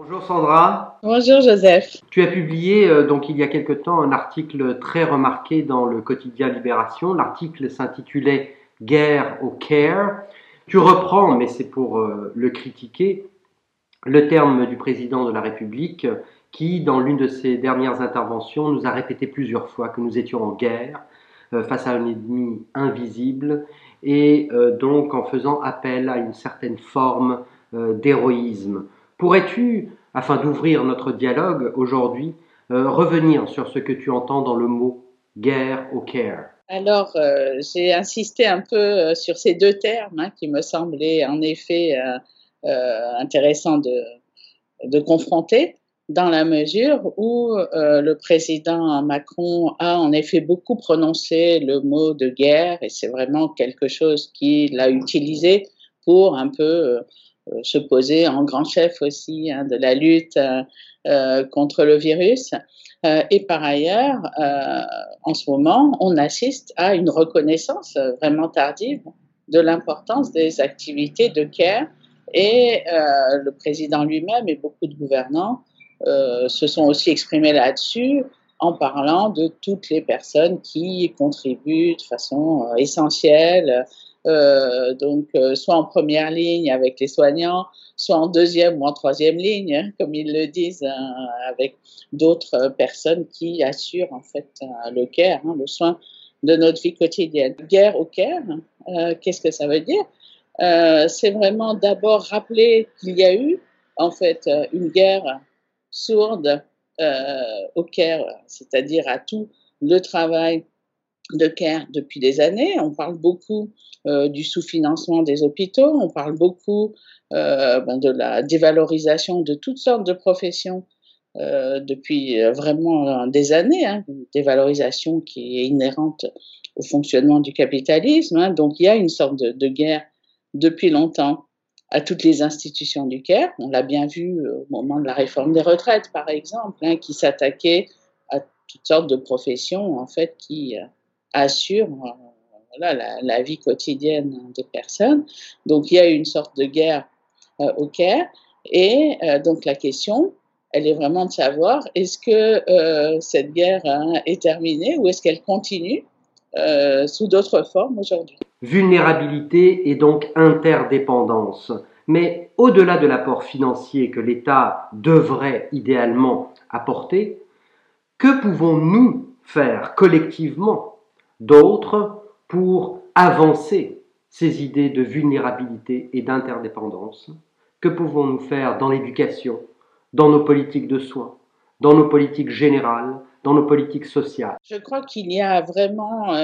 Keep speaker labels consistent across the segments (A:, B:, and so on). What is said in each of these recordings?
A: Bonjour Sandra,
B: Bonjour Joseph.
A: tu as publié donc il y a quelque temps un article très remarqué dans le quotidien Libération. L'article s'intitulait Guerre au Caire. Tu reprends, mais c'est pour le critiquer, le terme du président de la République qui, dans l'une de ses dernières interventions, nous a répété plusieurs fois que nous étions en guerre face à un ennemi invisible et donc en faisant appel à une certaine forme d'héroïsme. Pourrais-tu, afin d'ouvrir notre dialogue aujourd'hui, revenir sur ce que tu entends dans le mot guerre au Caire?
B: Alors, j'ai insisté un peu sur ces deux termes qui me semblaient en effet intéressants de confronter, dans la mesure où le président Macron a en effet beaucoup prononcé le mot de guerre, et c'est vraiment quelque chose qu'il a utilisé pour un peu se poser en grand chef aussi de la lutte contre le virus. Et par ailleurs, en ce moment, on assiste à une reconnaissance vraiment tardive de l'importance des activités de care, et le président lui-même et beaucoup de gouvernants se sont aussi exprimés là-dessus en parlant de toutes les personnes qui contribuent de façon essentielle, soit en première ligne avec les soignants, soit en deuxième ou en troisième ligne, comme ils le disent, avec d'autres personnes qui assurent en fait le care, le soin de notre vie quotidienne. Guerre au care, qu'est-ce que ça veut dire? C'est vraiment d'abord rappeler qu'il y a eu en fait une guerre sourde au Caire, c'est-à-dire à tout le travail de care depuis des années. On parle beaucoup du sous-financement des hôpitaux, on parle beaucoup de la dévalorisation de toutes sortes de professions depuis vraiment des années, une dévalorisation qui est inhérente au fonctionnement du capitalisme. Donc il y a une sorte de guerre depuis longtemps à toutes les institutions du Caire. On l'a bien vu au moment de la réforme des retraites, par exemple, qui s'attaquait à toutes sortes de professions en fait qui assurent voilà, la vie quotidienne des personnes. Donc il y a une sorte de guerre au Caire, et donc la question, elle est vraiment de savoir est-ce que cette guerre est terminée ou est-ce qu'elle continue sous d'autres formes aujourd'hui.
A: Vulnérabilité et donc interdépendance. Mais au-delà de l'apport financier que l'État devrait idéalement apporter, que pouvons-nous faire collectivement d'autres pour avancer ces idées de vulnérabilité et d'interdépendance? Que pouvons-nous faire dans l'éducation, dans nos politiques de soins, dans nos politiques générales, dans nos politiques sociales?
B: Je crois qu'il y a vraiment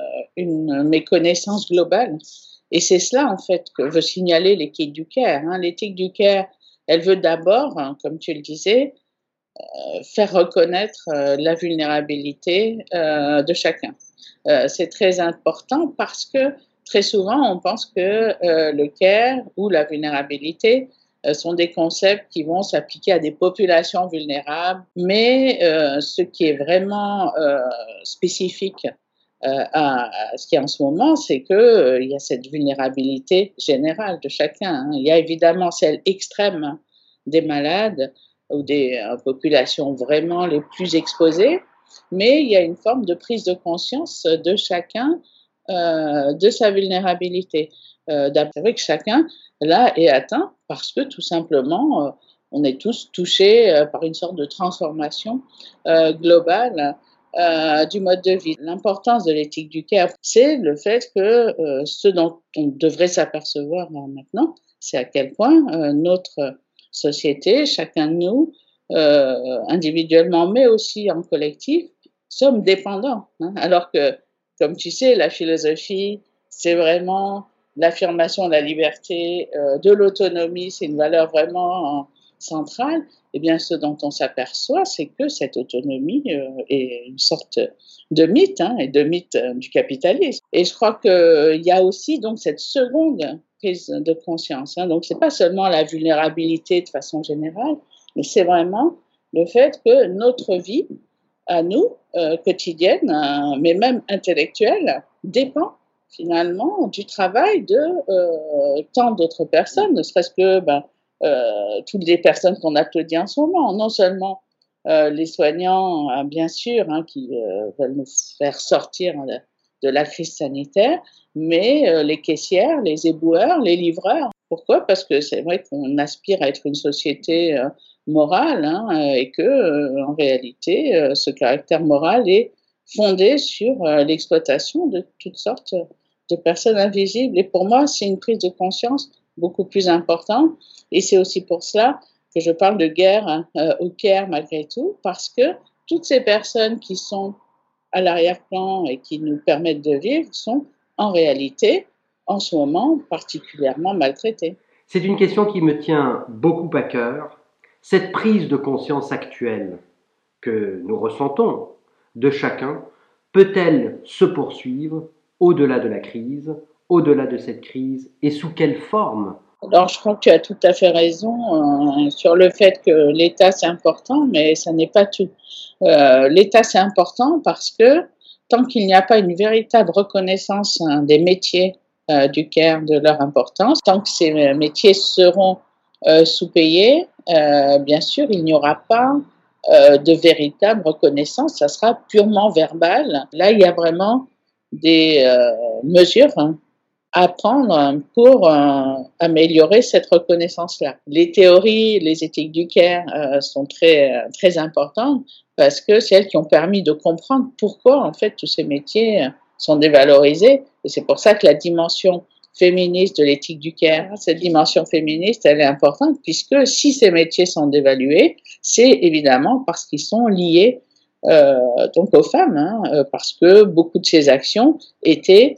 B: une méconnaissance globale. Et c'est cela, en fait, que veut signaler l'éthique du Caire. L'éthique du Caire, elle veut d'abord, comme tu le disais, faire reconnaître la vulnérabilité de chacun. C'est très important parce que très souvent, on pense que le care ou la vulnérabilité sont des concepts qui vont s'appliquer à des populations vulnérables, mais ce qui est vraiment spécifique à ce qui est en ce moment, c'est qu'il y a cette vulnérabilité générale de chacun. Il y a évidemment celle extrême des malades ou des populations vraiment les plus exposées, mais il y a une forme de prise de conscience de chacun de sa vulnérabilité. C'est vrai que chacun, là, est atteint parce que tout simplement, on est tous touchés par une sorte de transformation globale du mode de vie. L'importance de l'éthique du care, c'est le fait que ce dont on devrait s'apercevoir maintenant, c'est à quel point notre société, chacun de nous, individuellement, mais aussi en collectif, sommes dépendants. Alors que, comme tu sais, la philosophie, c'est vraiment l'affirmation de la liberté, de l'autonomie, c'est une valeur vraiment centrale. Eh bien, ce dont on s'aperçoit, c'est que cette autonomie est une sorte de mythe, et de mythe du capitalisme. Et je crois qu'il y a aussi donc cette seconde prise de conscience. Donc, c'est pas seulement la vulnérabilité de façon générale, mais c'est vraiment le fait que notre vie, à nous, quotidienne, mais même intellectuelle, dépend finalement du travail de tant d'autres personnes, ne serait-ce que toutes les personnes qu'on applaudit en ce moment, non seulement les soignants, bien sûr, qui veulent nous faire sortir de la crise sanitaire, mais les caissières, les éboueurs, les livreurs. Pourquoi? Parce que c'est vrai qu'on aspire à être une société morale, et que, en réalité, ce caractère moral est fondé sur l'exploitation de toutes sortes de personnes invisibles. Et pour moi, c'est une prise de conscience beaucoup plus importante. Et c'est aussi pour cela que je parle de guerre au Caire malgré tout, parce que toutes ces personnes qui sont à l'arrière-plan et qui nous permettent de vivre sont en réalité, en ce moment, particulièrement maltraitées.
A: C'est une question qui me tient beaucoup à cœur. Cette prise de conscience actuelle que nous ressentons de chacun peut-elle se poursuivre au-delà de la crise, au-delà de cette crise, et sous quelle forme?
B: Alors, je crois que tu as tout à fait raison sur le fait que l'État, c'est important, mais ça n'est pas tout. L'État, c'est important parce que tant qu'il n'y a pas une véritable reconnaissance des métiers du CARE, de leur importance, tant que ces métiers seront sous-payés, bien sûr, il n'y aura pas de véritable reconnaissance, ça sera purement verbal. Là, il y a vraiment des mesures à prendre pour améliorer cette reconnaissance-là. Les théories, les éthiques du CARE sont très importantes parce que c'est elles qui ont permis de comprendre pourquoi en fait tous ces métiers sont dévalorisés. Et c'est pour ça que la dimension féministe de l'éthique du CARE, cette dimension féministe, elle est importante puisque si ces métiers sont dévalués, c'est évidemment parce qu'ils sont liés donc aux femmes, parce que beaucoup de ces actions étaient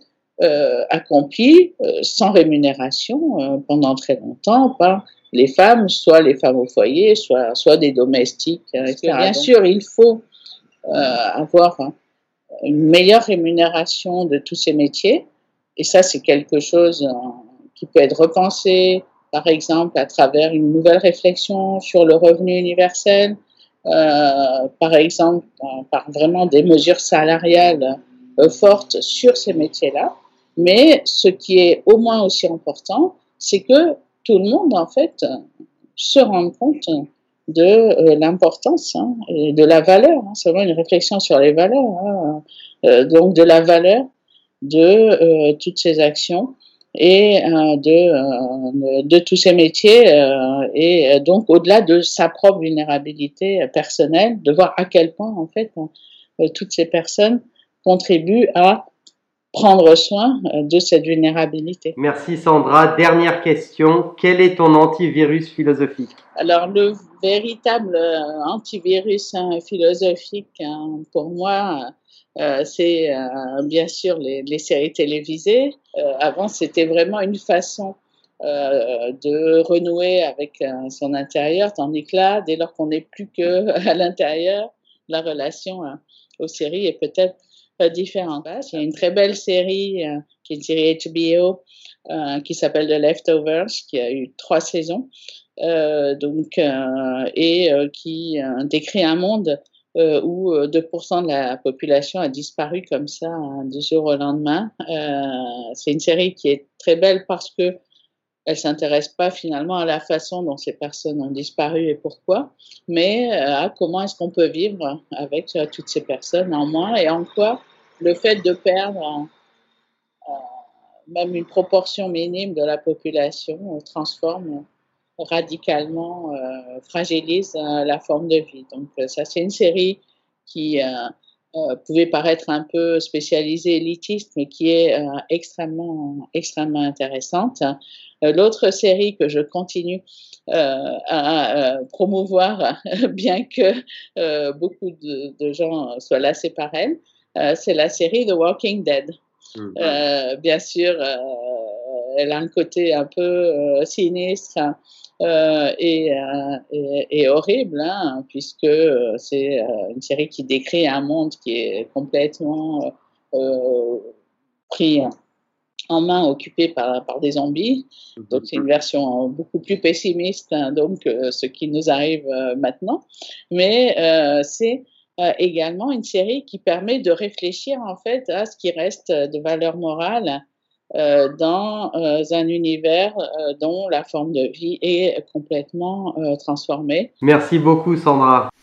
B: accomplies sans rémunération pendant très longtemps par les femmes, soit les femmes au foyer, soit des domestiques, etc. Bien sûr, il faut avoir une meilleure rémunération de tous ces métiers, et ça, c'est quelque chose qui peut être repensé, par exemple, à travers une nouvelle réflexion sur le revenu universel, par exemple, par vraiment des mesures salariales fortes sur ces métiers-là. Mais ce qui est au moins aussi important, c'est que tout le monde, en fait, se rende compte de l'importance et de la valeur. C'est vraiment une réflexion sur les valeurs. Donc, de la valeur de toutes ces actions et de tous ces métiers et donc au-delà de sa propre vulnérabilité personnelle, de voir à quel point en fait toutes ces personnes contribuent à prendre soin de cette vulnérabilité.
A: Merci Sandra. Dernière question. Quel est ton antivirus philosophique?
B: Alors, le véritable antivirus philosophique pour moi, c'est bien sûr les séries télévisées. Avant, c'était vraiment une façon de renouer avec son intérieur, tandis que là, dès lors qu'on n'est plus que à l'intérieur, la relation aux séries est peut-être différente. Il y a une très belle série qui est une série HBO qui s'appelle The Leftovers, qui a eu 3 saisons. Qui décrit un monde où 2% de la population a disparu comme ça du jour au lendemain. C'est une série qui est très belle parce que elle s'intéresse pas finalement à la façon dont ces personnes ont disparu et pourquoi, mais à comment est-ce qu'on peut vivre avec toutes ces personnes en moins et en quoi le fait de perdre même une proportion minime de la population transforme radicalement fragilise la forme de vie. Donc ça, c'est une série qui pouvait paraître un peu spécialisée, élitiste, mais qui est extrêmement intéressante. L'autre série que je continue à promouvoir, bien que beaucoup de gens soient lassés par elle, c'est la série The Walking Dead. Bien sûr, elle a un côté un peu sinistre et horrible, puisque c'est une série qui décrit un monde qui est complètement pris en main, occupé par des zombies. Donc c'est une version beaucoup plus pessimiste, donc ce qui nous arrive maintenant. Mais c'est également une série qui permet de réfléchir en fait à ce qui reste de valeur morale dans un univers dont la forme de vie est complètement transformée.
A: Merci beaucoup, Sandra.